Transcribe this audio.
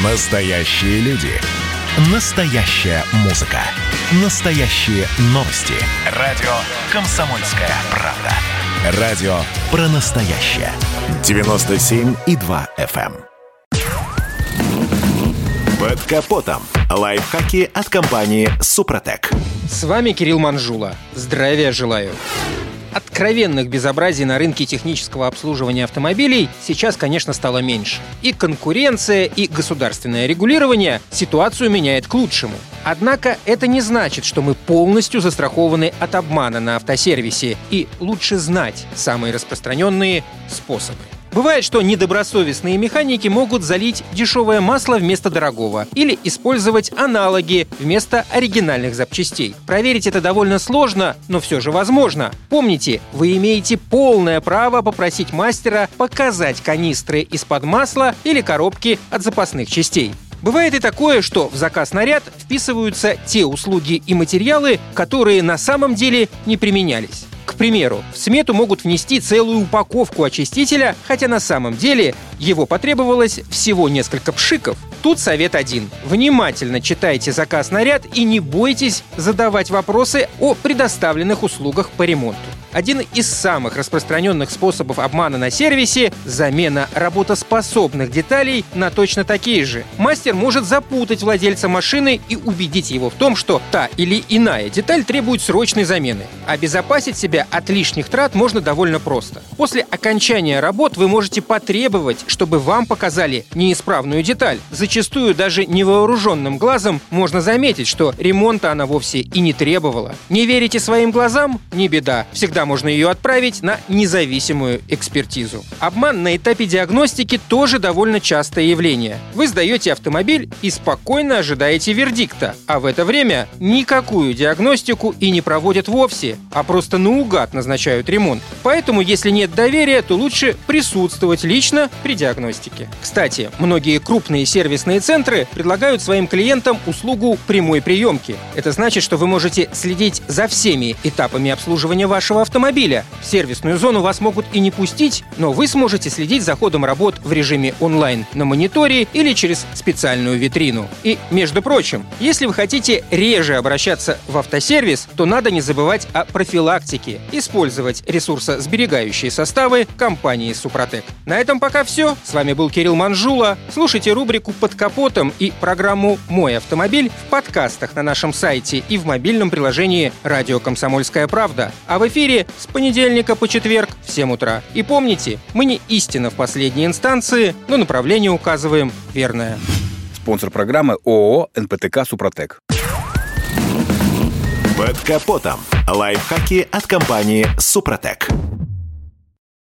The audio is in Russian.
Настоящие люди. Настоящая музыка. Настоящие новости. Радио «Комсомольская правда». Радио про настоящее. 97,2 FM. Под капотом. Лайфхаки от компании «Супротек». С вами Кирилл Манжула. Здравия желаю. Откровенных безобразий на рынке технического обслуживания автомобилей сейчас, конечно, стало меньше. И конкуренция, и государственное регулирование ситуацию меняет к лучшему. Однако это не значит, что мы полностью застрахованы от обмана на автосервисе, и лучше знать самые распространенные способы. Бывает, что недобросовестные механики могут залить дешевое масло вместо дорогого или использовать аналоги вместо оригинальных запчастей. Проверить это довольно сложно, но все же возможно. Помните, вы имеете полное право попросить мастера показать канистры из-под масла или коробки от запасных частей. Бывает и такое, что в заказ-наряд вписываются те услуги и материалы, которые на самом деле не применялись. К примеру, в смету могут внести целую упаковку очистителя, хотя на самом деле его потребовалось всего несколько пшиков. Тут совет один. Внимательно читайте заказ-наряд и не бойтесь задавать вопросы о предоставленных услугах по ремонту. Один из самых распространенных способов обмана на сервисе – замена работоспособных деталей на точно такие же. Мастер может запутать владельца машины и убедить его в том, что та или иная деталь требует срочной замены. Обезопасить себя от лишних трат можно довольно просто. После окончания работ вы можете потребовать, чтобы вам показали неисправную деталь. Зачастую даже невооруженным глазом можно заметить, что ремонта она вовсе и не требовала. Не верите своим глазам? Не беда. Всегда можно ее отправить на независимую экспертизу. Обман на этапе диагностики тоже довольно частое явление. Вы сдаете автомобиль и спокойно ожидаете вердикта, а в это время никакую диагностику и не проводят вовсе, а просто наугад назначают ремонт. Поэтому, если нет доверия, то лучше присутствовать лично при диагностике. Кстати, многие крупные сервисные центры предлагают своим клиентам услугу прямой приемки. Это значит, что вы можете следить за всеми этапами обслуживания вашего автомобиля. В сервисную зону вас могут и не пустить, но вы сможете следить за ходом работ в режиме онлайн на мониторе или через специальную витрину. И, между прочим, если вы хотите реже обращаться в автосервис, то надо не забывать о профилактике, использовать ресурсосберегающие составы компании «Супротек». На этом пока все. С вами был Кирилл Манжула. Слушайте рубрику «Под капотом» и программу «Мой автомобиль» в подкастах на нашем сайте и в мобильном приложении «Радио Комсомольская правда». А в эфире с понедельника по четверг в 7 утра. И помните, мы не истина в последней инстанции, но направление указываем верное. Спонсор программы ООО «НПТК Супротек». Под капотом. Лайфхаки от компании «Супротек».